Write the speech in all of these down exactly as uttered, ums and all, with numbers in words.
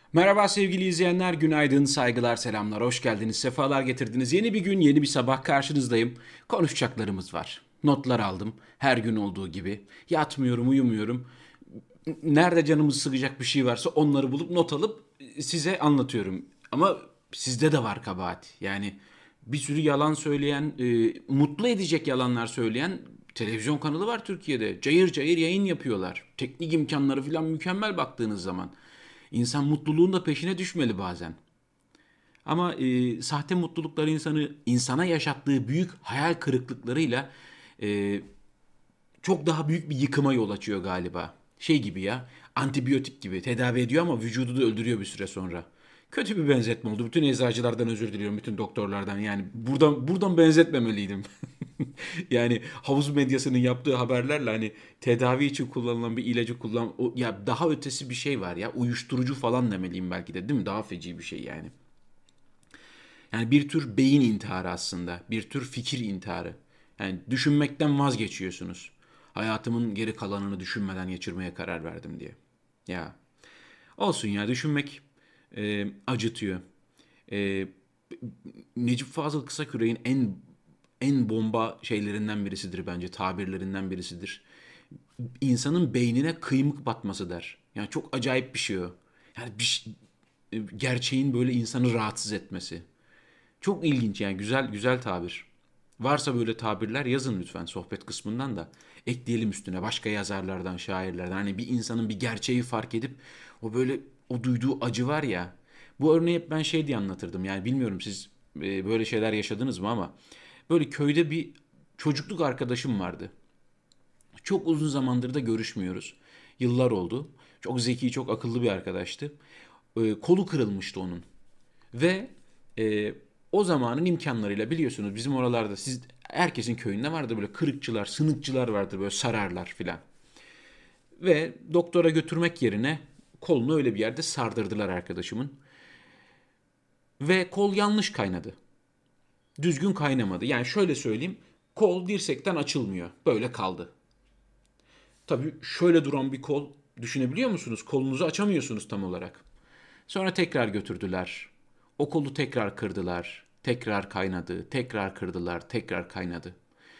Merhaba sevgili izleyenler, günaydın, saygılar, selamlar, hoş geldiniz, sefalar getirdiniz. Yeni bir gün, yeni bir sabah karşınızdayım. Konuşacaklarımız var. Notlar aldım, her gün olduğu gibi. Yatmıyorum, uyumuyorum. Nerede canımız sıkacak bir şey varsa onları bulup not alıp size anlatıyorum. Ama sizde de var kabahat. Yani bir sürü yalan söyleyen, e, mutlu edecek yalanlar söyleyen televizyon kanalı var Türkiye'de. Cayır cayır yayın yapıyorlar. Teknik imkanları falan mükemmel baktığınız zaman. İnsan mutluluğun da peşine düşmeli bazen. Ama e, sahte mutluluklar insanı insana yaşattığı büyük hayal kırıklıklarıyla e, çok daha büyük bir yıkıma yol açıyor galiba. Şey gibi ya, antibiyotik gibi tedavi ediyor ama vücudu da öldürüyor bir süre sonra. Kötü bir benzetme oldu. Bütün eczacılardan özür diliyorum, bütün doktorlardan. Yani buradan buradan benzetmemeliydim. Yani havuz medyasının yaptığı haberlerle hani tedavi için kullanılan bir ilacı kullan o, ya daha ötesi bir şey var ya, uyuşturucu falan demeliyim belki de, değil mi? Daha feci bir şey yani. Yani bir tür beyin intiharı aslında. Bir tür fikir intiharı. Yani düşünmekten vazgeçiyorsunuz. Hayatımın geri kalanını düşünmeden geçirmeye karar verdim diye. Ya olsun ya, düşünmek e, acıtıyor. E, Necip Fazıl Kısaküre'nin en en bomba şeylerinden birisidir bence, tabirlerinden birisidir. İnsanın beynine kıymık batması der. Yani çok acayip bir şey o. Yani bir, ş- gerçeğin böyle insanı rahatsız etmesi. Çok ilginç yani, güzel güzel tabir. Varsa böyle tabirler yazın lütfen sohbet kısmından da ekleyelim üstüne, başka yazarlardan, şairlerden. Hani bir insanın bir gerçeği fark edip o böyle o duyduğu acı var ya. Bu örneği hep ben şey diye anlatırdım. Yani bilmiyorum siz e, böyle şeyler yaşadınız mı ama böyle köyde bir çocukluk arkadaşım vardı. Çok uzun zamandır da görüşmüyoruz. Yıllar oldu. Çok zeki, çok akıllı bir arkadaştı. E, kolu kırılmıştı onun. Ve e, o zamanın imkanlarıyla, biliyorsunuz bizim oralarda, siz herkesin köyünde vardır böyle kırıkçılar, sınıkçılar vardır, böyle sararlar filan. Ve doktora götürmek yerine kolunu öyle bir yerde sardırdılar arkadaşımın. Ve kol yanlış kaynadı. Düzgün kaynamadı. Yani şöyle söyleyeyim, kol dirsekten açılmıyor. Böyle kaldı. Tabii şöyle duran bir kol, düşünebiliyor musunuz? Kolunuzu açamıyorsunuz tam olarak. Sonra tekrar götürdüler. O kolu tekrar kırdılar. Tekrar kaynadı. Tekrar kırdılar. Tekrar kaynadı.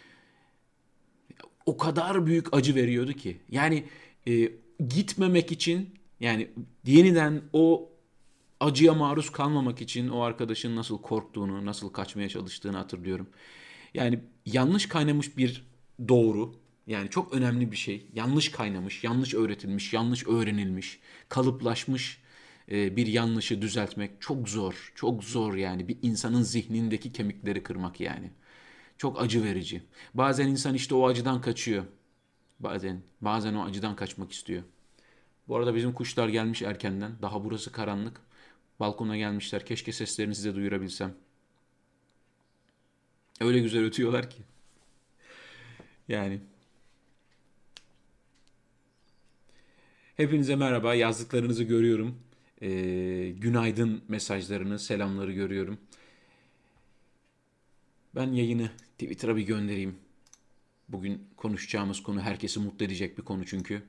O kadar büyük acı veriyordu ki. Yani e, gitmemek için, yani yeniden o acıya maruz kalmamak için o arkadaşın nasıl korktuğunu, nasıl kaçmaya çalıştığını hatırlıyorum. Yani yanlış kaynamış bir doğru, yani çok önemli bir şey. Yanlış kaynamış, yanlış öğretilmiş, yanlış öğrenilmiş, kalıplaşmış e, bir yanlışı düzeltmek çok zor. Çok zor yani, bir insanın zihnindeki kemikleri kırmak yani. Çok acı verici. Bazen insan işte o acıdan kaçıyor. Bazen, bazen o acıdan kaçmak istiyor. Bu arada bizim kuşlar gelmiş erkenden. Daha burası karanlık. Balkona gelmişler. Keşke seslerini size duyurabilsem. Öyle güzel ötüyorlar ki. Yani hepinize merhaba. Yazdıklarınızı görüyorum. Ee, günaydın mesajlarını, selamları görüyorum. Ben yayını Twitter'a bir göndereyim. Bugün konuşacağımız konu herkesi mutlu edecek bir konu çünkü.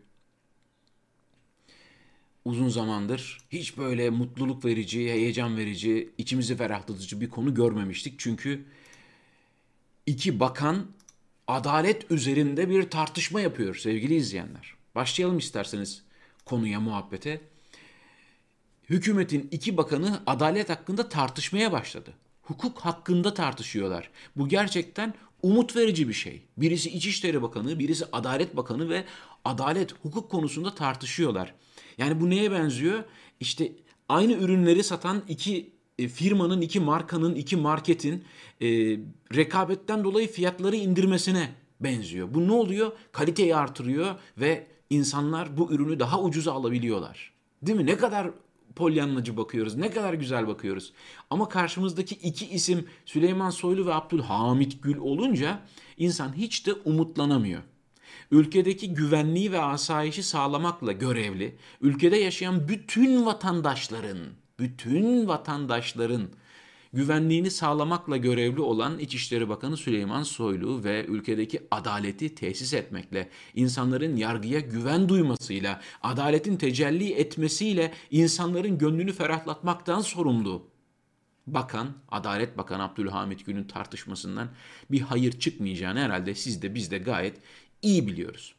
Uzun zamandır hiç böyle mutluluk verici, heyecan verici, içimizi ferahlatıcı bir konu görmemiştik. Çünkü iki bakan adalet üzerinde bir tartışma yapıyor sevgili izleyenler. Başlayalım isterseniz konuya, muhabbete. Hükümetin iki bakanı adalet hakkında tartışmaya başladı. Hukuk hakkında tartışıyorlar. Bu gerçekten umut verici bir şey. Birisi İçişleri Bakanı, birisi Adalet Bakanı ve adalet, hukuk konusunda tartışıyorlar. Yani bu neye benziyor? İşte aynı ürünleri satan iki e, firmanın, iki markanın, iki marketin e, rekabetten dolayı fiyatları indirmesine benziyor. Bu ne oluyor? Kaliteyi artırıyor ve insanlar bu ürünü daha ucuza alabiliyorlar. Değil mi? Ne kadar polyanlacı bakıyoruz. Ne kadar güzel bakıyoruz. Ama karşımızdaki iki isim Süleyman Soylu ve Abdülhamit Gül olunca insan hiç de umutlanamıyor. Ülkedeki güvenliği ve asayişi sağlamakla görevli, ülkede yaşayan bütün vatandaşların, bütün vatandaşların güvenliğini sağlamakla görevli olan İçişleri Bakanı Süleyman Soylu ve ülkedeki adaleti tesis etmekle, insanların yargıya güven duymasıyla, adaletin tecelli etmesiyle insanların gönlünü ferahlatmaktan sorumlu. Bakan, Adalet Bakanı Abdülhamit Gül'ün tartışmasından bir hayır çıkmayacağını herhalde siz de biz de gayet iyi biliyoruz.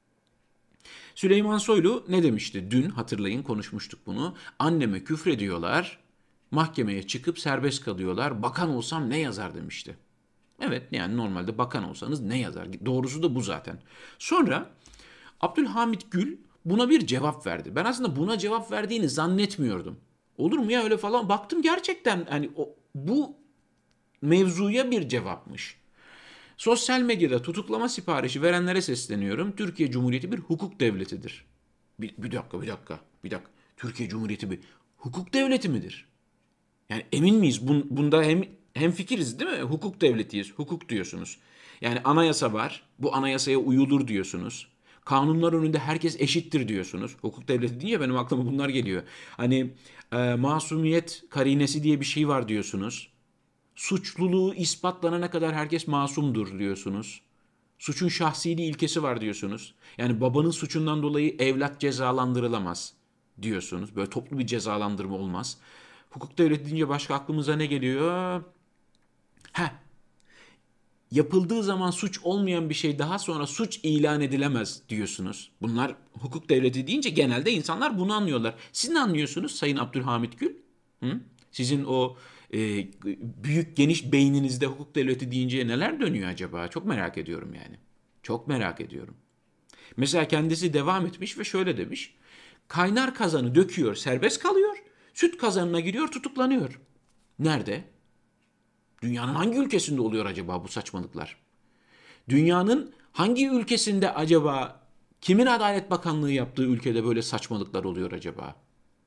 Süleyman Soylu ne demişti? Dün hatırlayın konuşmuştuk bunu. Anneme küfrediyorlar, mahkemeye çıkıp serbest kalıyorlar. Bakan olsam ne yazar demişti. Evet, yani normalde bakan olsanız ne yazar? Doğrusu da bu zaten. Sonra Abdülhamit Gül buna bir cevap verdi. Ben aslında buna cevap verdiğini zannetmiyordum. Olur mu ya öyle falan? Baktım gerçekten hani o, bu mevzuya bir cevapmış. Sosyal medyada tutuklama siparişi verenlere sesleniyorum. Türkiye Cumhuriyeti bir hukuk devletidir. Bir, bir dakika, bir dakika, bir dakika. Türkiye Cumhuriyeti bir hukuk devleti midir? Yani emin miyiz? Bun, bunda hem hem fikiriz değil mi? Hukuk devletiyiz. Hukuk diyorsunuz. Yani anayasa var. Bu anayasaya uyulur diyorsunuz. Kanunlar önünde herkes eşittir diyorsunuz. Hukuk devleti deyince benim aklıma bunlar geliyor. Hani e, masumiyet karinesi diye bir şey var diyorsunuz. Suçluluğu ispatlanana kadar herkes masumdur diyorsunuz. Suçun şahsiliği ilkesi var diyorsunuz. Yani babanın suçundan dolayı evlat cezalandırılamaz diyorsunuz. Böyle toplu bir cezalandırma olmaz. Hukuk devleti deyince başka aklımıza ne geliyor? Ha, yapıldığı zaman suç olmayan bir şey daha sonra suç ilan edilemez diyorsunuz. Bunlar hukuk devleti deyince genelde insanlar bunu anlıyorlar. Siz ne anlıyorsunuz Sayın Abdülhamit Gül? Hı? Sizin o e, büyük geniş beyninizde hukuk devleti deyince neler dönüyor acaba? Çok merak ediyorum yani. Çok merak ediyorum. Mesela kendisi devam etmiş ve şöyle demiş. Kaynar kazanı döküyor, serbest kalıyor. Süt kazanına giriyor, tutuklanıyor. Nerede? Dünyanın hangi ülkesinde oluyor acaba bu saçmalıklar? Dünyanın hangi ülkesinde acaba kimin Adalet Bakanlığı yaptığı ülkede böyle saçmalıklar oluyor acaba?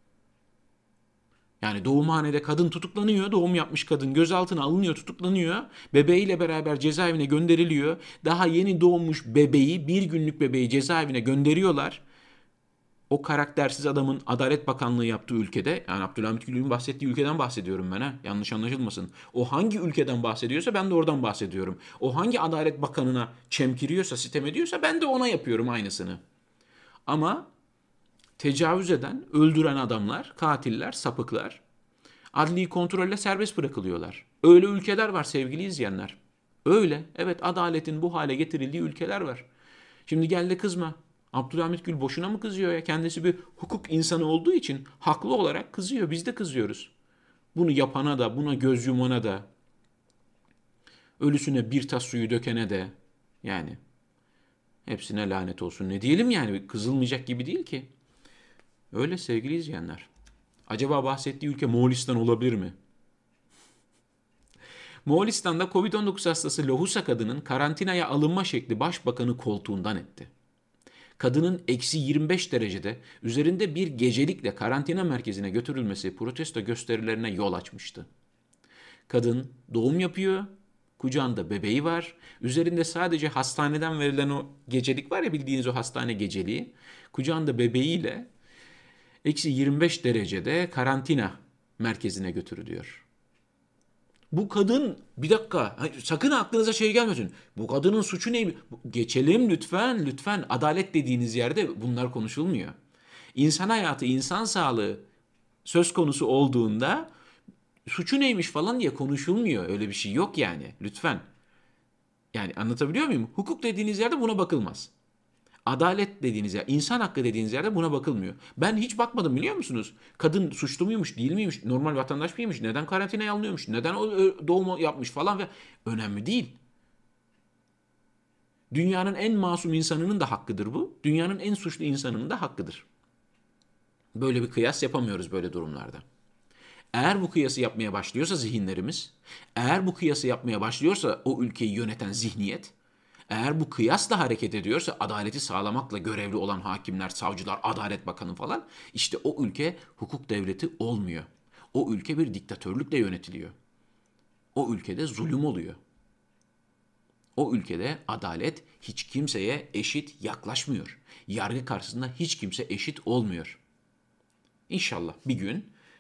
Yani doğumhanede kadın tutuklanıyor, doğum yapmış kadın gözaltına alınıyor, tutuklanıyor, bebeğiyle beraber cezaevine gönderiliyor. Daha yeni doğmuş bebeği, bir günlük bebeği cezaevine gönderiyorlar. O karaktersiz adamın Adalet Bakanlığı yaptığı ülkede, yani Abdülhamit Gül'ün bahsettiği ülkeden bahsediyorum ben ha, yanlış anlaşılmasın. O hangi ülkeden bahsediyorsa ben de oradan bahsediyorum. O hangi Adalet Bakanına çemkiriyorsa, sitem ediyorsa ben de ona yapıyorum aynısını. Ama tecavüz eden, öldüren adamlar, katiller, sapıklar adli kontrolle serbest bırakılıyorlar. Öyle ülkeler var sevgili izleyenler. Öyle, evet adaletin bu hale getirildiği ülkeler var. Şimdi gel de kızma. Abdülhamit Gül boşuna mı kızıyor ya? Kendisi bir hukuk insanı olduğu için haklı olarak kızıyor. Biz de kızıyoruz. Bunu yapana da, buna göz yumana da, ölüsüne bir tas suyu dökene de yani hepsine lanet olsun. Ne diyelim yani kızılmayacak gibi değil ki. Öyle sevgili izleyenler. Acaba bahsettiği ülke Moğolistan olabilir mi? Moğolistan'da Covid on dokuz hastası lohusa kadının karantinaya alınma şekli başbakanı koltuğundan etti. Kadının eksi yirmi beş derecede üzerinde bir gecelikle karantina merkezine götürülmesi protesto gösterilerine yol açmıştı. Kadın doğum yapıyor, kucağında bebeği var, üzerinde sadece hastaneden verilen o gecelik var ya bildiğiniz o hastane geceliği, kucağında bebeğiyle eksi yirmi beş derecede karantina merkezine götürülüyor. Bu kadın bir dakika sakın aklınıza şey gelmesin. Bu kadının suçu ne? Geçelim lütfen lütfen adalet dediğiniz yerde bunlar konuşulmuyor. İnsan hayatı, insan sağlığı söz konusu olduğunda suçu neymiş falan diye konuşulmuyor. Öyle bir şey yok yani lütfen. Yani anlatabiliyor muyum? Hukuk dediğiniz yerde buna bakılmaz. Adalet dediğiniz yer, insan hakkı dediğiniz yerde buna bakılmıyor. Ben hiç bakmadım biliyor musunuz? Kadın suçlu muymuş, değil miymiş, normal vatandaş mıymış, neden karantinaya alınıyormuş, neden o doğum yapmış falan ve önemli değil. Dünyanın en masum insanının da hakkıdır bu. Dünyanın en suçlu insanının da hakkıdır. Böyle bir kıyas yapamıyoruz böyle durumlarda. Eğer bu kıyası yapmaya başlıyorsa zihinlerimiz, eğer bu kıyası yapmaya başlıyorsa o ülkeyi yöneten zihniyet, eğer bu kıyasla hareket ediyorsa adaleti sağlamakla görevli olan hakimler, savcılar, Adalet Bakanı falan işte o ülke hukuk devleti olmuyor. O ülke bir diktatörlükle yönetiliyor. O ülkede zulüm oluyor. O ülkede adalet hiç kimseye eşit yaklaşmıyor. Yargı karşısında hiç kimse eşit olmuyor. İnşallah bir gün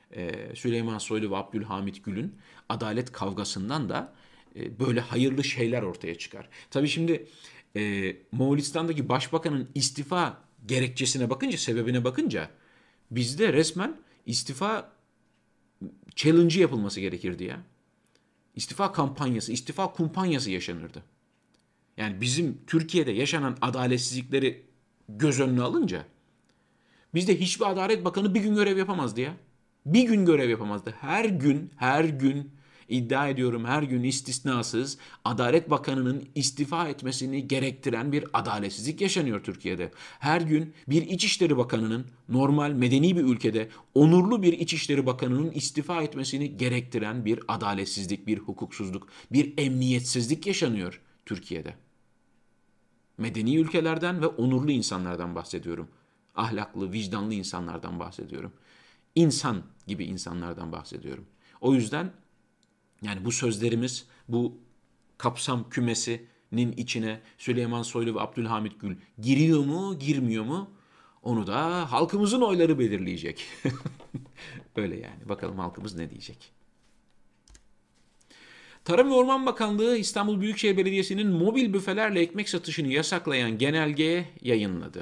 e, Süleyman Soylu ve Abdülhamit Gül'ün adalet kavgasından da e, böyle hayırlı şeyler ortaya çıkar. Tabii şimdi e, Moğolistan'daki başbakanın istifa gerekçesine bakınca, sebebine bakınca bizde resmen istifa challenge'ı yapılması gerekirdi ya. İstifa kampanyası, istifa kumpanyası yaşanırdı. Yani bizim Türkiye'de yaşanan adaletsizlikleri göz önüne alınca bizde hiçbir Adalet Bakanı bir gün görev yapamazdı ya. Bir gün görev yapamazdı. Her gün, her gün iddia ediyorum her gün istisnasız Adalet Bakanı'nın istifa etmesini gerektiren bir adaletsizlik yaşanıyor Türkiye'de. Her gün bir İçişleri Bakanı'nın normal medeni bir ülkede onurlu bir İçişleri Bakanı'nın istifa etmesini gerektiren bir adaletsizlik, bir hukuksuzluk, bir emniyetsizlik yaşanıyor Türkiye'de. Medeni ülkelerden ve onurlu insanlardan bahsediyorum. Ahlaklı, vicdanlı insanlardan bahsediyorum. İnsan gibi insanlardan bahsediyorum. O yüzden yani bu sözlerimiz, bu kapsam kümesinin içine Süleyman Soylu ve Abdülhamit Gül giriyor mu, girmiyor mu? Onu da halkımızın oyları belirleyecek. Öyle yani. Bakalım halkımız ne diyecek. Tarım ve Orman Bakanlığı İstanbul Büyükşehir Belediyesi'nin mobil büfelerle ekmek satışını yasaklayan genelge yayınladı.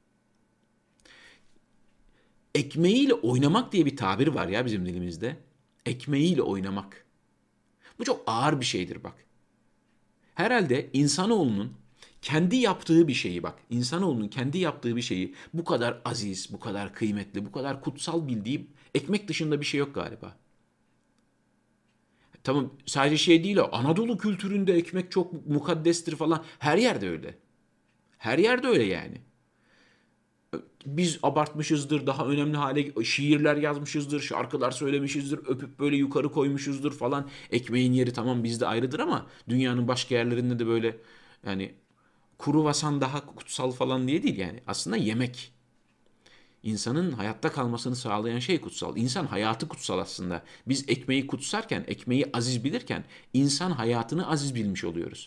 Ekmeğiyle oynamak diye bir tabir var ya bizim dilimizde. Ekmeğiyle oynamak. Bu çok ağır bir şeydir bak. Herhalde insanoğlunun kendi yaptığı bir şeyi bak. İnsanoğlunun kendi yaptığı bir şeyi bu kadar aziz, bu kadar kıymetli, bu kadar kutsal bildiği ekmek dışında bir şey yok galiba. Tamam sadece şey değil o. Anadolu kültüründe ekmek çok mukaddestir falan. Her yerde öyle. Her yerde öyle yani. Biz abartmışızdır, daha önemli hale şiirler yazmışızdır, şarkılar söylemişizdir, öpüp böyle yukarı koymuşuzdur falan. Ekmeğin yeri tamam bizde ayrıdır ama dünyanın başka yerlerinde de böyle yani kruvasan daha kutsal falan diye değil yani. Aslında yemek. İnsanın hayatta kalmasını sağlayan şey kutsal. İnsan hayatı kutsal aslında. Biz ekmeği kutsarken, ekmeği aziz bilirken insan hayatını aziz bilmiş oluyoruz.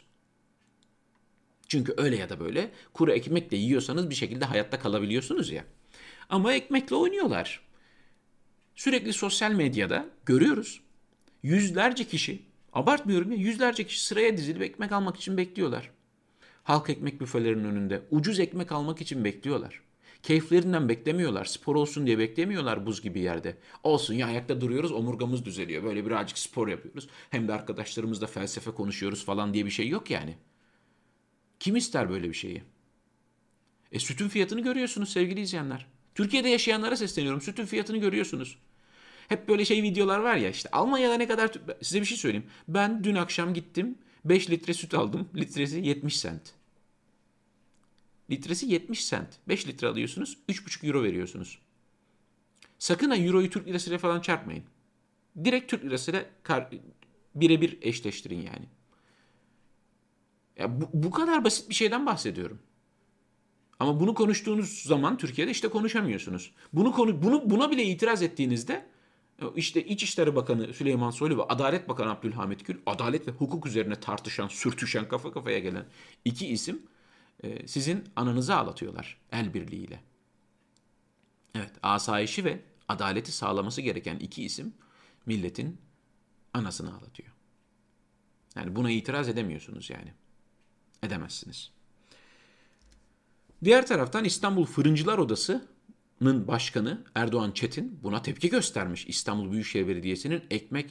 Çünkü öyle ya da böyle kuru ekmekle yiyorsanız bir şekilde hayatta kalabiliyorsunuz ya. Ama ekmekle oynuyorlar. Sürekli sosyal medyada görüyoruz. Yüzlerce kişi, abartmıyorum ya, yüzlerce kişi sıraya dizilip ekmek almak için bekliyorlar. Halk ekmek büfelerinin önünde ucuz ekmek almak için bekliyorlar. Keyiflerinden beklemiyorlar. Spor olsun diye beklemiyorlar buz gibi yerde. Olsun ya ayakta duruyoruz omurgamız düzeliyor. Böyle birazcık spor yapıyoruz. Hem de arkadaşlarımızla felsefe konuşuyoruz falan diye bir şey yok yani. Kim ister böyle bir şeyi? E sütün fiyatını görüyorsunuz sevgili izleyenler. Türkiye'de yaşayanlara sesleniyorum. Sütün fiyatını görüyorsunuz. Hep böyle şey videolar var ya işte Almanya'da ne kadar... Size bir şey söyleyeyim. Ben dün akşam gittim beş litre süt aldım. Litresi yetmiş sent. Litresi yetmiş sent. beş litre alıyorsunuz üç buçuk euro veriyorsunuz. Sakın ha euroyu Türk lirasıyla falan çarpmayın. Direkt Türk lirasıyla birebir eşleştirin yani. Ya bu, bu kadar basit bir şeyden bahsediyorum. Ama bunu konuştuğunuz zaman Türkiye'de işte konuşamıyorsunuz. Bunu konu bunu buna bile itiraz ettiğinizde işte İçişleri Bakanı Süleyman Soylu ve Adalet Bakanı Abdülhamit Gül, adalet ve hukuk üzerine tartışan, sürtüşen, kafa kafaya gelen iki isim e, sizin ananızı ağlatıyorlar el birliğiyle. Evet, asayişi ve adaleti sağlaması gereken iki isim milletin anasını ağlatıyor. Yani buna itiraz edemiyorsunuz yani. Edemezsiniz. Diğer taraftan İstanbul Fırıncılar Odası'nın başkanı Erdoğan Çetin buna tepki göstermiş. İstanbul Büyükşehir Belediyesi'nin ekmek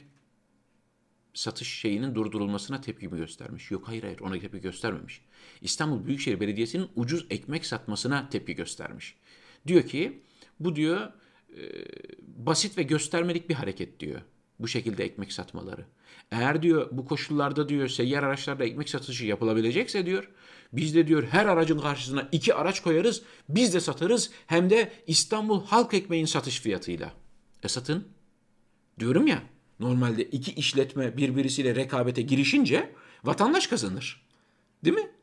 satış şeyinin durdurulmasına tepki mi göstermiş? Yok hayır hayır ona tepki göstermemiş. İstanbul Büyükşehir Belediyesi'nin ucuz ekmek satmasına tepki göstermiş. Diyor ki bu diyor e, basit ve göstermelik bir hareket diyor. Bu şekilde ekmek satmaları. Eğer diyor bu koşullarda diyor seyyar araçlarla ekmek satışı yapılabilecekse diyor biz de diyor her aracın karşısına iki araç koyarız biz de satarız hem de İstanbul halk ekmeğin satış fiyatıyla. E satın. Diyorum ya normalde iki işletme birbirisiyle rekabete girişince vatandaş kazanır. Değil mi?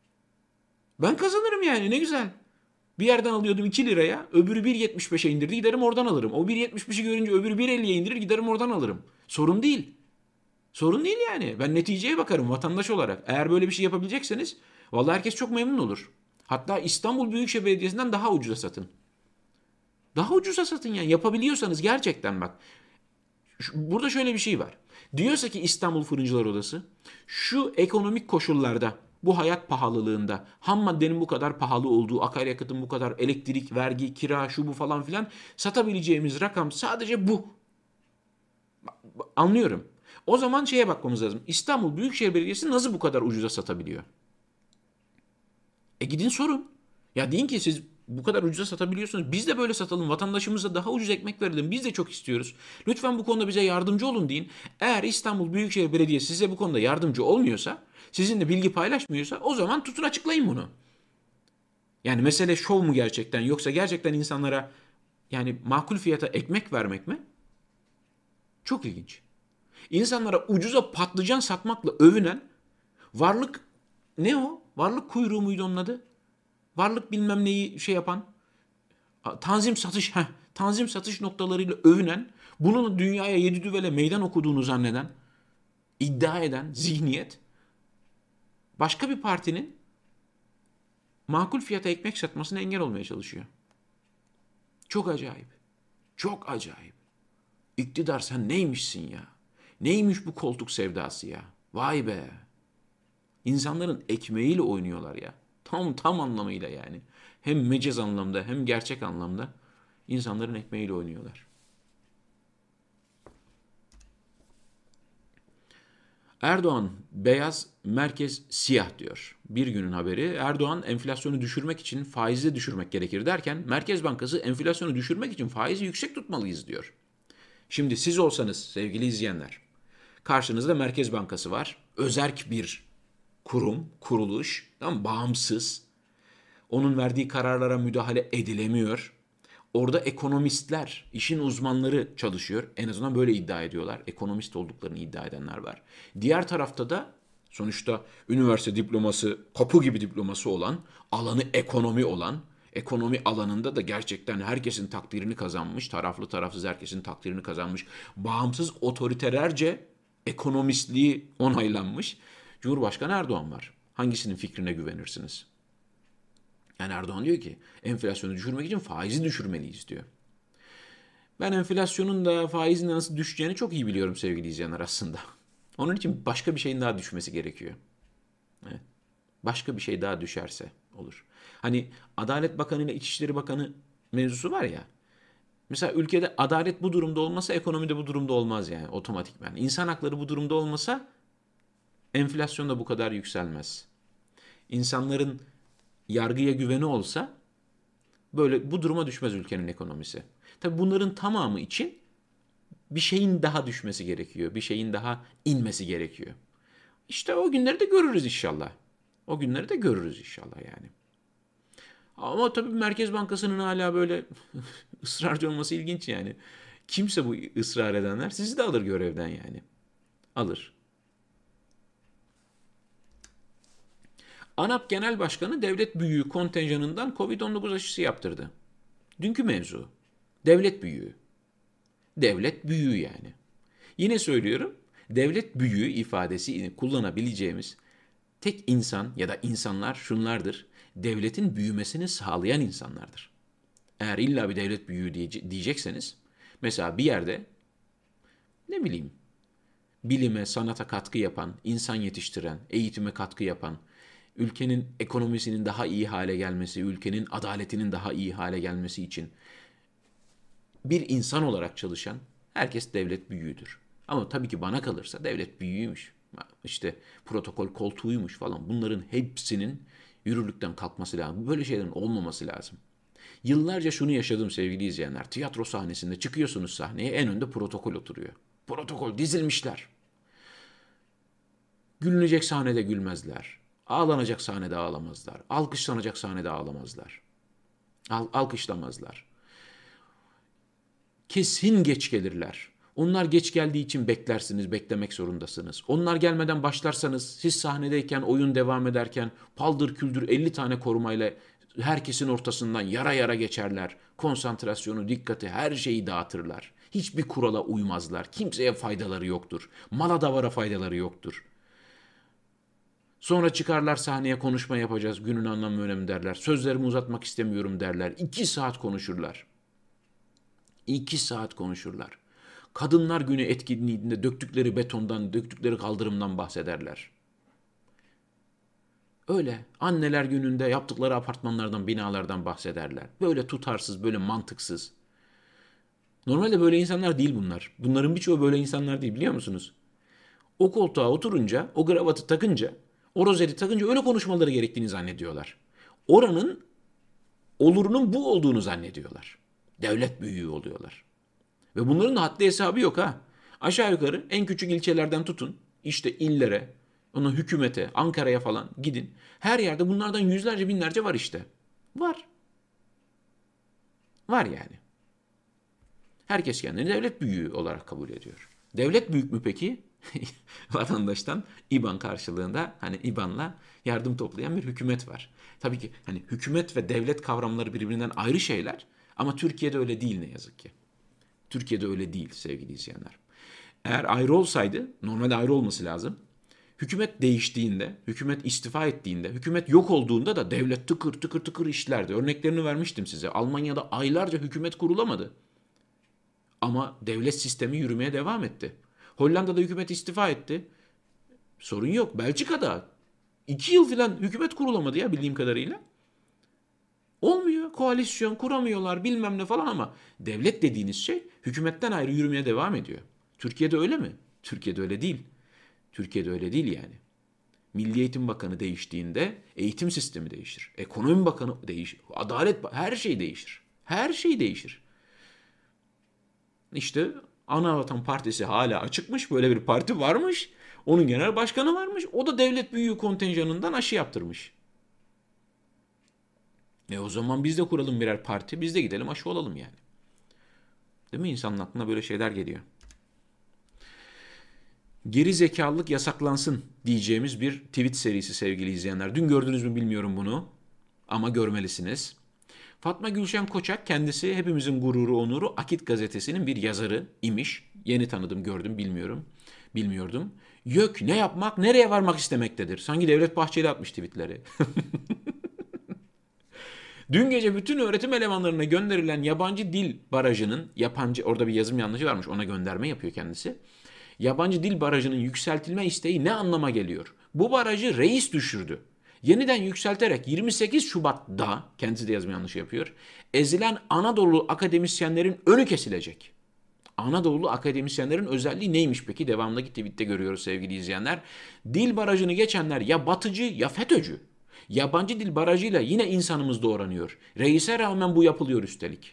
Ben kazanırım yani ne güzel. Bir yerden alıyordum iki liraya, öbürü bir yetmiş beşe indirdi, giderim oradan alırım. O bir yetmiş beşi görünce öbürü bir elliye indirir, giderim oradan alırım. Sorun değil. Sorun değil yani. Ben neticeye bakarım vatandaş olarak. Eğer böyle bir şey yapabilecekseniz, vallahi herkes çok memnun olur. Hatta İstanbul Büyükşehir Belediyesi'nden daha ucuza satın. Daha ucuza satın yani, yapabiliyorsanız gerçekten bak. Şu- Burada şöyle bir şey var. Diyorsa ki İstanbul Fırıncılar Odası, şu ekonomik koşullarda, bu hayat pahalılığında, ham maddenin bu kadar pahalı olduğu, akaryakıtın bu kadar, elektrik, vergi, kira, şu bu falan filan, satabileceğimiz rakam sadece bu. Anlıyorum. O zaman şeye bakmamız lazım. İstanbul Büyükşehir Belediyesi nasıl bu kadar ucuza satabiliyor? E gidin sorun. Ya deyin ki siz bu kadar ucuza satabiliyorsunuz. Biz de böyle satalım. Vatandaşımıza daha ucuz ekmek verelim. Biz de çok istiyoruz. Lütfen bu konuda bize yardımcı olun deyin. Eğer İstanbul Büyükşehir Belediyesi size bu konuda yardımcı olmuyorsa, sizinle bilgi paylaşmıyorsa, o zaman tutun açıklayın bunu. Yani mesele şov mu gerçekten, yoksa gerçekten insanlara yani makul fiyata ekmek vermek mi? Çok ilginç. İnsanlara ucuza patlıcan satmakla övünen varlık, ne o? Varlık kuyruğu muydu onun adı? Varlık bilmem neyi şey yapan, tanzim satış, heh, tanzim satış noktalarıyla övünen, bunun dünyaya yedi düvele meydan okuduğunu zanneden, iddia eden zihniyet, başka bir partinin makul fiyata ekmek satmasına engel olmaya çalışıyor. Çok acayip. Çok acayip. İktidar sen neymişsin ya? Neymiş bu koltuk sevdası ya? Vay be. İnsanların ekmeğiyle oynuyorlar ya. Tam tam anlamıyla yani. Hem mecaz anlamda hem gerçek anlamda insanların ekmeğiyle oynuyorlar. Erdoğan beyaz, merkez siyah diyor. Bir günün haberi. Erdoğan enflasyonu düşürmek için faizi düşürmek gerekir derken, Merkez Bankası enflasyonu düşürmek için faizi yüksek tutmalıyız diyor. Şimdi siz olsanız sevgili izleyenler, karşınızda Merkez Bankası var. Özerk bir kurum, kuruluş, tamam, bağımsız. Onun verdiği kararlara müdahale edilemiyor. Orada ekonomistler, işin uzmanları çalışıyor. En azından böyle iddia ediyorlar. Ekonomist olduklarını iddia edenler var. Diğer tarafta da sonuçta üniversite diploması, kapı gibi diploması olan, alanı ekonomi olan, ekonomi alanında da gerçekten herkesin takdirini kazanmış, taraflı tarafsız herkesin takdirini kazanmış, bağımsız otoriterlerce ekonomistliği onaylanmış Cumhurbaşkanı Erdoğan var. Hangisinin fikrine güvenirsiniz? Yani Erdoğan diyor ki enflasyonu düşürmek için faizi düşürmeliyiz diyor. Ben enflasyonun da faizin nasıl düşeceğini çok iyi biliyorum sevgili izleyenler aslında. Onun için başka bir şeyin daha düşmesi gerekiyor. Evet. Başka bir şey daha düşerse olur. Hani Adalet Bakanı ile İçişleri Bakanı mevzusu var ya. Mesela ülkede adalet bu durumda olmasa ekonomi de bu durumda olmaz yani otomatikman. İnsan hakları bu durumda olmasa enflasyon da bu kadar yükselmez. İnsanların yargıya güveni olsa böyle bu duruma düşmez ülkenin ekonomisi. Tabii bunların tamamı için bir şeyin daha düşmesi gerekiyor. Bir şeyin daha inmesi gerekiyor. İşte o günleri de görürüz inşallah. O günleri de görürüz inşallah yani. Ama tabii Merkez Bankası'nın hala böyle ısrarcı olması ilginç yani. Kimse bu ısrar edenler sizi de alır görevden yani. Alır. ANAP Genel Başkanı devlet büyüğü kontenjanından covid on dokuz aşısı yaptırdı. Dünkü mevzu. Devlet büyüğü. Devlet büyüğü yani. Yine söylüyorum, devlet büyüğü ifadesi kullanabileceğimiz tek insan ya da insanlar şunlardır. Devletin büyümesini sağlayan insanlardır. Eğer illa bir devlet büyüğü diyecekseniz, mesela bir yerde ne bileyim bilime, sanata katkı yapan, insan yetiştiren, eğitime katkı yapan, ülkenin ekonomisinin daha iyi hale gelmesi, ülkenin adaletinin daha iyi hale gelmesi için bir insan olarak çalışan herkes devlet büyüğüdür. Ama tabii ki bana kalırsa devlet büyüğüymüş, işte protokol koltuğuymuş falan, bunların hepsinin yürürlükten kalkması lazım. Böyle şeylerin olmaması lazım. Yıllarca şunu yaşadım sevgili izleyenler. Tiyatro sahnesinde çıkıyorsunuz sahneye, en önde protokol oturuyor. Protokol dizilmişler. Gülünecek sahnede gülmezler. Ağlanacak sahnede ağlamazlar. Alkışlanacak sahnede ağlamazlar. Al- alkışlamazlar. Kesin geç gelirler. Onlar geç geldiği için beklersiniz, beklemek zorundasınız. Onlar gelmeden başlarsanız, siz sahnedeyken, oyun devam ederken paldır küldür elli tane korumayla herkesin ortasından yara yara geçerler. Konsantrasyonu, dikkati, her şeyi dağıtırlar. Hiçbir kurala uymazlar. Kimseye faydaları yoktur. Mala davara faydaları yoktur. Sonra çıkarlar sahneye, konuşma yapacağız, günün anlamı önemli derler. Sözlerimi uzatmak istemiyorum derler. İki saat konuşurlar. İki saat konuşurlar. Kadınlar Günü etkinliğinde döktükleri betondan, döktükleri kaldırımdan bahsederler. Öyle anneler gününde yaptıkları apartmanlardan, binalardan bahsederler. Böyle tutarsız, böyle mantıksız. Normalde böyle insanlar değil bunlar. Bunların birçoğu böyle insanlar değil, biliyor musunuz? O koltuğa oturunca, o kravatı takınca, o rozeti takınca öyle konuşmaları gerektiğini zannediyorlar. Oranın olurunun bu olduğunu zannediyorlar. Devlet büyüğü oluyorlar. Ve bunların da haddi hesabı yok ha. Aşağı yukarı en küçük ilçelerden tutun, işte illere, ona hükümete, Ankara'ya falan gidin. Her yerde bunlardan yüzlerce binlerce var işte. Var. Var yani. Herkes kendini devlet büyüğü olarak kabul ediyor. Devlet büyük mü peki? Vatandaştan İBAN karşılığında, hani İBAN'la yardım toplayan bir hükümet var. Tabii ki hani hükümet ve devlet kavramları birbirinden ayrı şeyler ama Türkiye'de öyle değil ne yazık ki. Türkiye'de öyle değil sevgili izleyenler. Eğer ayrı olsaydı, normalde ayrı olması lazım. Hükümet değiştiğinde, hükümet istifa ettiğinde, hükümet yok olduğunda da devlet tıkır tıkır tıkır işlerdi. Örneklerini vermiştim size. Almanya'da aylarca hükümet kurulamadı. Ama devlet sistemi yürümeye devam etti. Hollanda'da hükümet istifa etti. Sorun yok. Belçika'da iki yıl falan hükümet kurulamadı ya bildiğim kadarıyla. Olmuyor. Koalisyon kuramıyorlar bilmem ne falan ama devlet dediğiniz şey hükümetten ayrı yürümeye devam ediyor. Türkiye'de öyle mi? Türkiye'de öyle değil. Türkiye'de öyle değil yani. Milli Eğitim Bakanı değiştiğinde eğitim sistemi değişir. Ekonomi Bakanı değişir. Adalet, her şey değişir. Her şey değişir. İşte Anavatan Partisi hala açıkmış. Böyle bir parti varmış. Onun genel başkanı varmış. O da devlet büyüğü kontenjanından aşı yaptırmış. E o zaman biz de kuralım birer parti. Biz de gidelim aşı olalım yani. Değil mi? İnsanın aklına böyle şeyler geliyor. Geri zekalılık yasaklansın diyeceğimiz bir tweet serisi sevgili izleyenler. Dün gördünüz mü bilmiyorum bunu ama görmelisiniz. Fatma Gülşen Koçak kendisi hepimizin gururu, onuru Akit gazetesinin bir yazarı imiş. Yeni tanıdım, gördüm, bilmiyorum. Bilmiyordum. YÖK ne yapmak, nereye varmak istemektedir. Sanki Devlet Bahçeli atmış tweetleri. Dün gece bütün öğretim elemanlarına gönderilen yabancı dil barajının, yabancı orada bir yazım yanlışı varmış, ona gönderme yapıyor kendisi. Yabancı dil barajının yükseltilme isteği ne anlama geliyor? Bu barajı reis düşürdü. Yeniden yükselterek yirmi sekiz Şubat'ta, kendisi de yazım yanlışı yapıyor, ezilen Anadolu akademisyenlerin önü kesilecek. Anadolu akademisyenlerin özelliği neymiş peki? Devamındaki tweette görüyoruz sevgili izleyenler. Dil barajını geçenler ya batıcı ya FETÖ'cü. Yabancı dil barajıyla yine insanımız doğranıyor. Reise rağmen bu yapılıyor üstelik.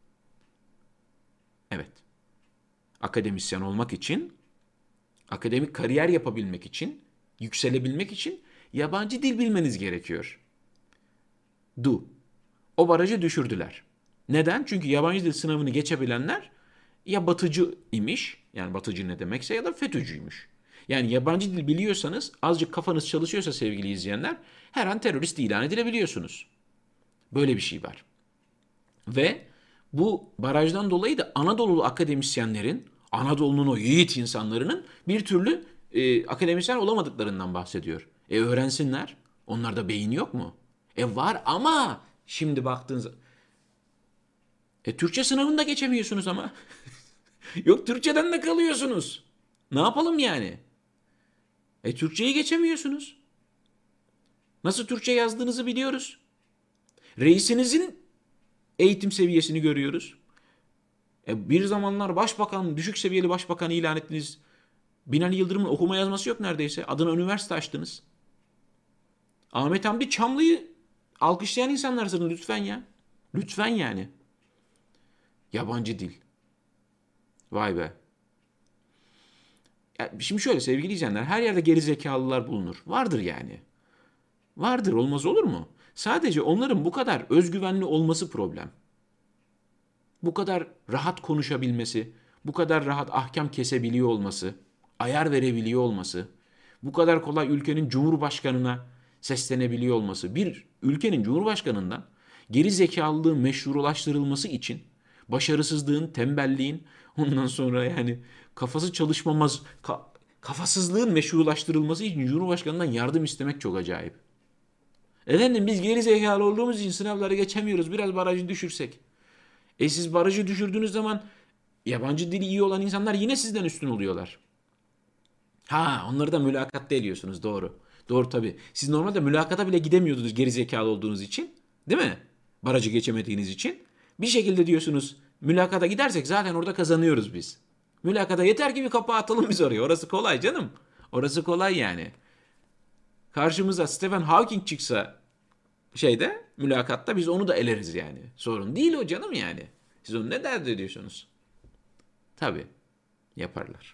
Evet. Akademisyen olmak için, akademik kariyer yapabilmek için, yükselebilmek için yabancı dil bilmeniz gerekiyor. Du. O barajı düşürdüler. Neden? Çünkü yabancı dil sınavını geçebilenler ya batıcı imiş, yani batıcı ne demekse, ya da FETÖ'cüymüş. Yani yabancı dil biliyorsanız, azıcık kafanız çalışıyorsa sevgili izleyenler, her an terörist ilan edilebiliyorsunuz. Böyle bir şey var. Ve bu barajdan dolayı da Anadolu akademisyenlerin, Anadolu'nun o yiğit insanların bir türlü e, akademisyen olamadıklarından bahsediyor. E öğrensinler. Onlarda beyin yok mu? E var ama şimdi baktığınız... E Türkçe sınavında geçemiyorsunuz ama. Yok Türkçeden de kalıyorsunuz. Ne yapalım yani? E Türkçeyi geçemiyorsunuz. Nasıl Türkçe yazdığınızı biliyoruz. Reisinizin eğitim seviyesini görüyoruz. E bir zamanlar başbakan, düşük seviyeli başbakan ilan ettiniz. Binali Yıldırım'ın okuma yazması yok neredeyse. Adına üniversite açtınız. Ahmet Hamdi Çamlı'yı alkışlayan insanlarsınız lütfen ya. Lütfen yani. Yabancı dil. Vay be. Ya şimdi şöyle sevgili izleyenler, her yerde geri zekalılar bulunur. Vardır yani. Vardır, olmaz olur mu? Sadece onların bu kadar özgüvenli olması problem. Bu kadar rahat konuşabilmesi, bu kadar rahat ahkam kesebiliyor olması, ayar verebiliyor olması, bu kadar kolay ülkenin cumhurbaşkanına seslenebiliyor olması, bir ülkenin cumhurbaşkanından geri zekalılığın meşrulaştırılması için başarısızlığın, tembelliğin, ondan sonra yani kafası çalışmamaz, ka- kafasızlığın meşrulaştırılması için cumhurbaşkanından yardım istemek çok acayip. Efendim biz geri zekalı olduğumuz için sınavları geçemiyoruz. Biraz barajı düşürsek. E siz barajı düşürdüğünüz zaman yabancı dili iyi olan insanlar yine sizden üstün oluyorlar. Ha, onları da mülakatta eliyorsunuz, doğru. Doğru tabii. Siz normalde mülakata bile gidemiyordunuz geri zekalı olduğunuz için. Değil mi? Barajı geçemediğiniz için. Bir şekilde diyorsunuz mülakata gidersek zaten orada kazanıyoruz biz. Mülakata yeter ki bir kapağı atalım biz oraya. Orası kolay canım. Orası kolay yani. Karşımıza Stephen Hawking çıksa şeyde mülakatta biz onu da eleriz yani. Sorun değil o canım yani. Siz onu ne dert ediyorsunuz? Tabii yaparlar.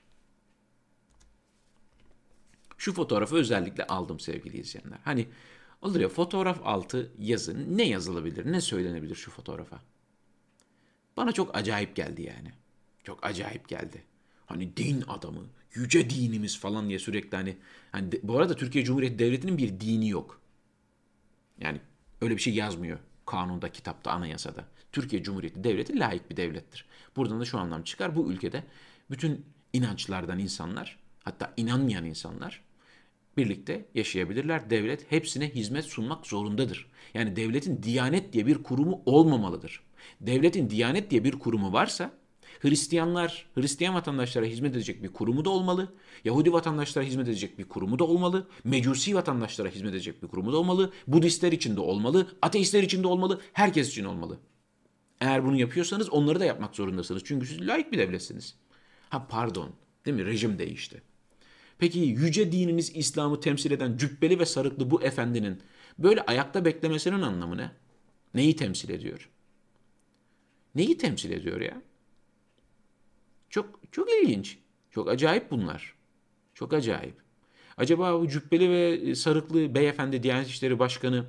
Şu fotoğrafı özellikle aldım sevgili izleyenler. Hani olur ya, fotoğraf altı yazı, ne yazılabilir, ne söylenebilir şu fotoğrafa? Bana çok acayip geldi yani. Çok acayip geldi. Hani din adamı, yüce dinimiz falan diye sürekli hani, hani de- bu arada Türkiye Cumhuriyeti Devleti'nin bir dini yok. Yani öyle bir şey yazmıyor kanunda, kitapta, anayasada. Türkiye Cumhuriyeti Devleti laik bir devlettir. Buradan da şu anlam çıkar: bu ülkede bütün inançlardan insanlar, hatta inanmayan insanlar birlikte yaşayabilirler. Devlet hepsine hizmet sunmak zorundadır. Yani devletin Diyanet diye bir kurumu olmamalıdır. Devletin Diyanet diye bir kurumu varsa Hristiyanlar, Hristiyan vatandaşlara hizmet edecek bir kurumu da olmalı. Yahudi vatandaşlara hizmet edecek bir kurumu da olmalı. Mecusi vatandaşlara hizmet edecek bir kurumu da olmalı. Budistler için de olmalı. Ateistler için de olmalı. Herkes için olmalı. Eğer bunu yapıyorsanız onları da yapmak zorundasınız. Çünkü siz laik bir devletsiniz. Ha pardon, değil mi? Rejim değişti. Peki yüce dininiz İslam'ı temsil eden cübbeli ve sarıklı bu efendinin böyle ayakta beklemesinin anlamı ne? Neyi temsil ediyor? Neyi temsil ediyor ya? Çok çok ilginç. Çok acayip bunlar. Çok acayip. Acaba bu cübbeli ve sarıklı beyefendi Diyanet İşleri Başkanı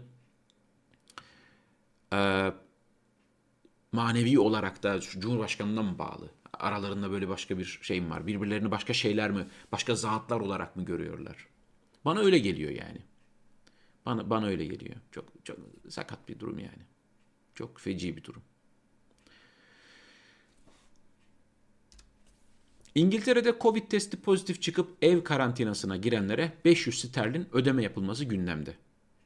e, manevi olarak da Cumhurbaşkanı'na mı bağlı? Aralarında böyle başka bir şey mi var? Birbirlerini başka şeyler mi, başka zatlar olarak mı görüyorlar? Bana öyle geliyor yani. Bana, bana öyle geliyor. Çok, çok sakat bir durum yani. Çok feci bir durum. İngiltere'de Covid testi pozitif çıkıp ev karantinasına girenlere beş yüz sterlin ödeme yapılması gündemde.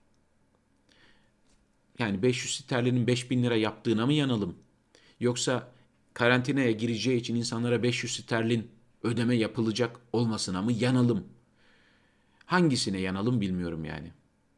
Yani beş yüz sterlinin beş bin lira yaptığına mı yanalım? Yoksa karantinaya gireceği için insanlara beş yüz sterlin ödeme yapılacak olmasına mı yanalım? Hangisine yanalım bilmiyorum yani.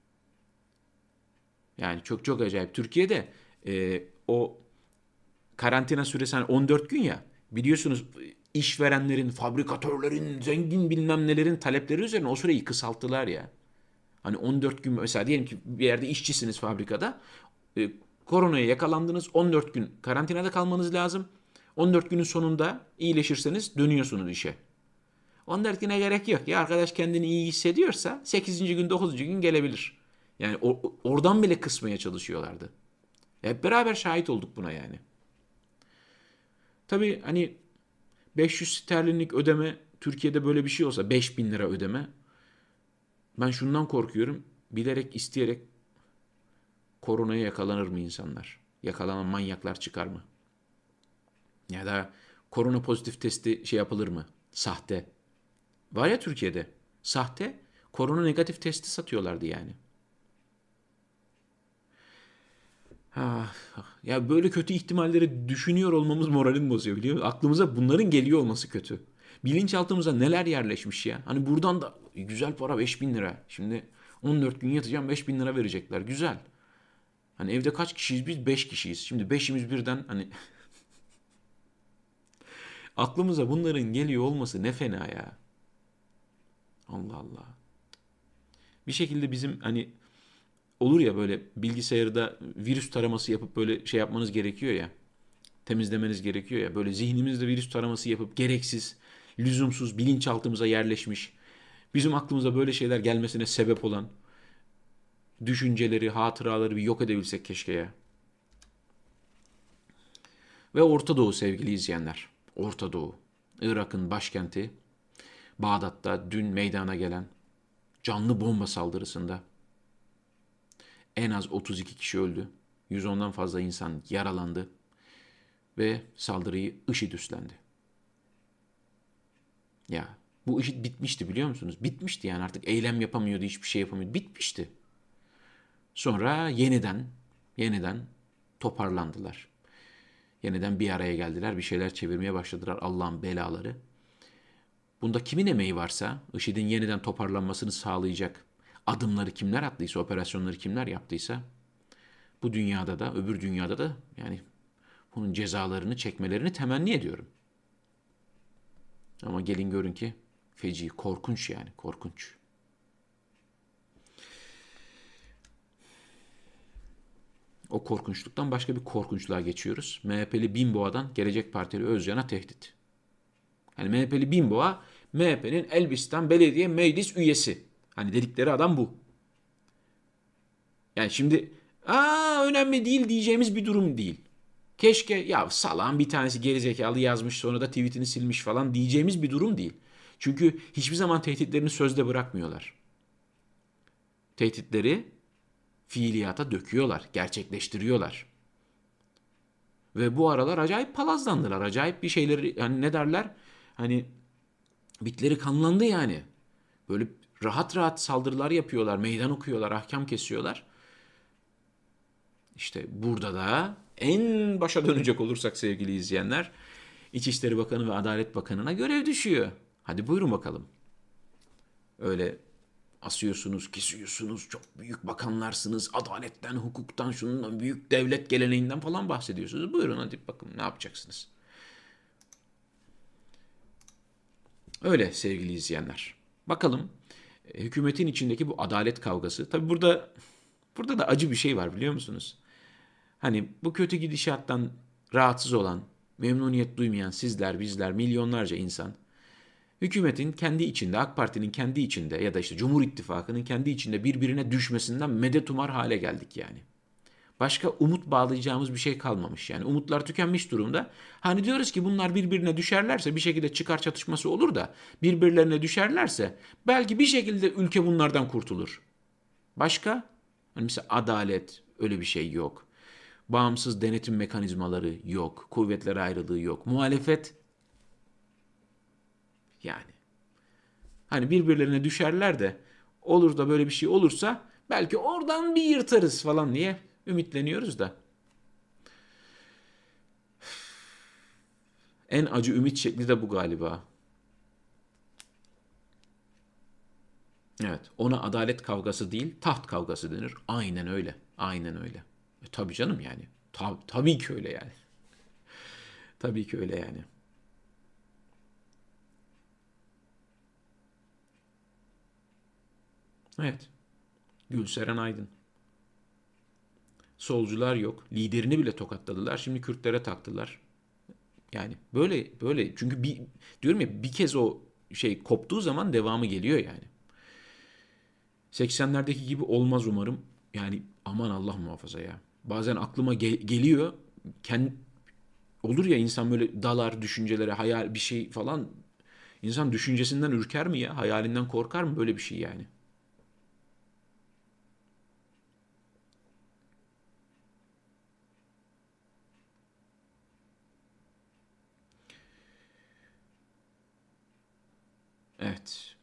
Yani çok çok acayip. Türkiye'de e, o karantina süresi hani on dört gün ya. Biliyorsunuz işverenlerin, fabrikatörlerin, zengin bilmem nelerin talepleri üzerine o süreyi kısalttılar ya. Hani on dört gün, mesela diyelim ki bir yerde işçisiniz fabrikada. E, koronaya yakalandınız, on dört gün karantinada kalmanız lazım. on dört günün sonunda iyileşirseniz dönüyorsunuz işe. on dört güne gerek yok. Ya arkadaş kendini iyi hissediyorsa sekizinci gün, dokuzuncu gün gelebilir. Yani o- oradan bile kısmaya çalışıyorlardı. Hep beraber şahit olduk buna yani. Tabii hani beş yüz sterlinlik ödeme, Türkiye'de böyle bir şey olsa beş bin lira ödeme. Ben şundan korkuyorum. Bilerek isteyerek koronaya yakalanır mı insanlar? Yakalanan manyaklar çıkar mı? Ya da korona pozitif testi şey yapılır mı? Sahte. Var ya Türkiye'de. Sahte korona negatif testi satıyorlardı yani. Ha, ya böyle kötü ihtimalleri düşünüyor olmamız moralimi bozuyor, biliyor musun? Aklımıza bunların geliyor olması kötü. Bilinçaltımıza neler yerleşmiş ya. Hani buradan da güzel para, beş bin lira. Şimdi on dört gün yatacağım, beş bin lira verecekler. Güzel. Hani evde kaç kişiyiz biz? Beş kişiyiz. Şimdi beşimiz birden hani aklımıza bunların geliyor olması ne fena ya. Allah Allah. Bir şekilde bizim hani olur ya, böyle bilgisayarda virüs taraması yapıp böyle şey yapmanız gerekiyor ya. Temizlemeniz gerekiyor ya. Böyle zihnimizde virüs taraması yapıp gereksiz, lüzumsuz, bilinçaltımıza yerleşmiş, bizim aklımıza böyle şeyler gelmesine sebep olan düşünceleri, hatıraları bir yok edebilsek keşke ya. Ve Orta Doğu sevgili izleyenler. Orta Doğu. Irak'ın başkenti Bağdat'ta dün meydana gelen canlı bomba saldırısında en az otuz iki kişi öldü. yüz ondan fazla insan yaralandı ve saldırıyı IŞİD üstlendi. Ya bu IŞİD bitmişti, biliyor musunuz? Bitmişti yani, artık eylem yapamıyordu, hiçbir şey yapamıyordu. Bitmişti. Sonra yeniden, yeniden toparlandılar. Yeniden bir araya geldiler, bir şeyler çevirmeye başladılar Allah'ın belaları. Bunda kimin emeği varsa, IŞİD'in yeniden toparlanmasını sağlayacak adımları kimler attıysa, operasyonları kimler yaptıysa, bu dünyada da, öbür dünyada da yani bunun cezalarını çekmelerini temenni ediyorum. Ama gelin görün ki feci, korkunç yani, korkunç. O korkunçluktan başka bir korkunçluğa geçiyoruz. M H P'li Bimboğa'dan Gelecek Partili Özcan'a tehdit. Yani M H P'li Bimboğa, M H P'nin Elbistan Belediye Meclis üyesi. Hani dedikleri adam bu. Yani şimdi aa önemli değil diyeceğimiz bir durum değil. Keşke ya salağın bir tanesi gerizekalı yazmış sonra da tweetini silmiş falan diyeceğimiz bir durum değil. Çünkü hiçbir zaman tehditlerini sözde bırakmıyorlar. Tehditleri fiiliyata döküyorlar, gerçekleştiriyorlar. Ve bu aralar acayip palazlandılar. Acayip bir şeyleri hani ne derler? Hani bitleri kanlandı yani. Böyle rahat rahat saldırılar yapıyorlar, meydan okuyorlar, ahkam kesiyorlar. İşte burada da en başa dönecek olursak sevgili izleyenler, İçişleri Bakanı ve Adalet Bakanı'na görev düşüyor. Hadi buyurun bakalım. Öyle asıyorsunuz, kesiyorsunuz, çok büyük bakanlarsınız, adaletten, hukuktan, şundan, büyük devlet geleneğinden falan bahsediyorsunuz. Buyurun hadi bakın ne yapacaksınız. Öyle sevgili izleyenler. Bakalım hükümetin içindeki bu adalet kavgası. Tabi burada burada da acı bir şey var biliyor musunuz? Hani bu kötü gidişattan rahatsız olan, memnuniyet duymayan sizler, bizler, milyonlarca insan hükümetin kendi içinde, AK Parti'nin kendi içinde ya da işte Cumhur İttifakı'nın kendi içinde birbirine düşmesinden medet umar hale geldik yani. Başka umut bağlayacağımız bir şey kalmamış yani. Umutlar tükenmiş durumda. Hani diyoruz ki bunlar birbirine düşerlerse bir şekilde çıkar çatışması olur da birbirlerine düşerlerse belki bir şekilde ülke bunlardan kurtulur. Başka? Hani mesela adalet öyle bir şey yok. Bağımsız denetim mekanizmaları yok. Kuvvetler ayrılığı yok. Muhalefet yani. Hani birbirlerine düşerler de olur da böyle bir şey olursa belki oradan bir yırtarız falan diye ümitleniyoruz da. En acı ümit şekli de bu galiba. Evet, ona adalet kavgası değil, taht kavgası denir. Aynen öyle. Aynen öyle. E, tabii canım yani. Tab tabii ki öyle yani. Tabii ki öyle yani. Evet. Gülseren Aydın. Solcular yok. Liderini bile tokatladılar. Şimdi Kürtlere taktılar. Yani böyle böyle çünkü bir diyorum ya bir kez o şey koptuğu zaman devamı geliyor yani. seksenlerdeki gibi olmaz umarım. Yani aman Allah muhafaza ya. Bazen aklıma ge- geliyor. Kend olur ya insan böyle dalar düşüncelere, hayal bir şey falan. İnsan düşüncesinden ürker mi ya? Hayalinden korkar mı böyle bir şey yani? Evet.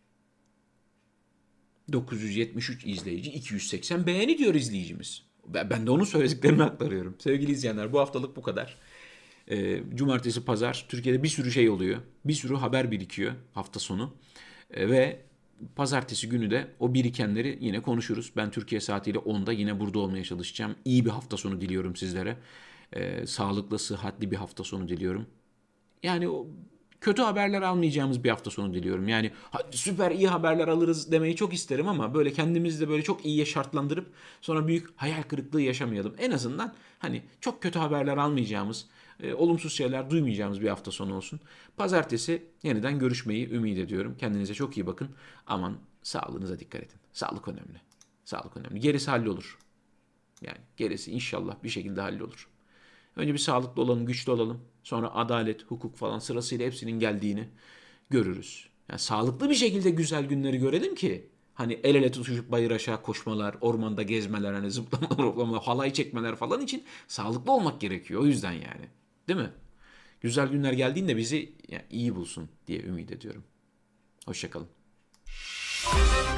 dokuz yüz yetmiş üç izleyici, iki yüz seksen beğeni diyor izleyicimiz. Ben, ben de onun söylediklerini aktarıyorum. Sevgili izleyenler bu haftalık bu kadar. Ee, cumartesi, pazar Türkiye'de bir sürü şey oluyor. Bir sürü haber birikiyor hafta sonu. Ee, ve pazartesi günü de o birikenleri yine konuşuruz. Ben Türkiye saatiyle onda yine burada olmaya çalışacağım. İyi bir hafta sonu diliyorum sizlere. Ee, sağlıklı, sıhhatli bir hafta sonu diliyorum. Yani o kötü haberler almayacağımız bir hafta sonu diliyorum. Yani süper iyi haberler alırız demeyi çok isterim ama böyle kendimizi de böyle çok iyiye şartlandırıp sonra büyük hayal kırıklığı yaşamayalım. En azından hani çok kötü haberler almayacağımız, e, olumsuz şeyler duymayacağımız bir hafta sonu olsun. Pazartesi yeniden görüşmeyi ümit ediyorum. Kendinize çok iyi bakın. Aman sağlığınıza dikkat edin. Sağlık önemli. Sağlık önemli. Gerisi hallolur. Yani gerisi inşallah bir şekilde hallolur. Önce bir sağlıklı olalım, güçlü olalım. Sonra adalet, hukuk falan sırasıyla hepsinin geldiğini görürüz. Yani sağlıklı bir şekilde güzel günleri görelim ki hani el ele tutuşup bayır aşağı koşmalar, ormanda gezmeler, hani zıplamalar, hoplamalar, halay çekmeler falan için sağlıklı olmak gerekiyor. O yüzden yani. Değil mi? Güzel günler geldiğinde bizi yani iyi bulsun diye ümit ediyorum. Hoşçakalın.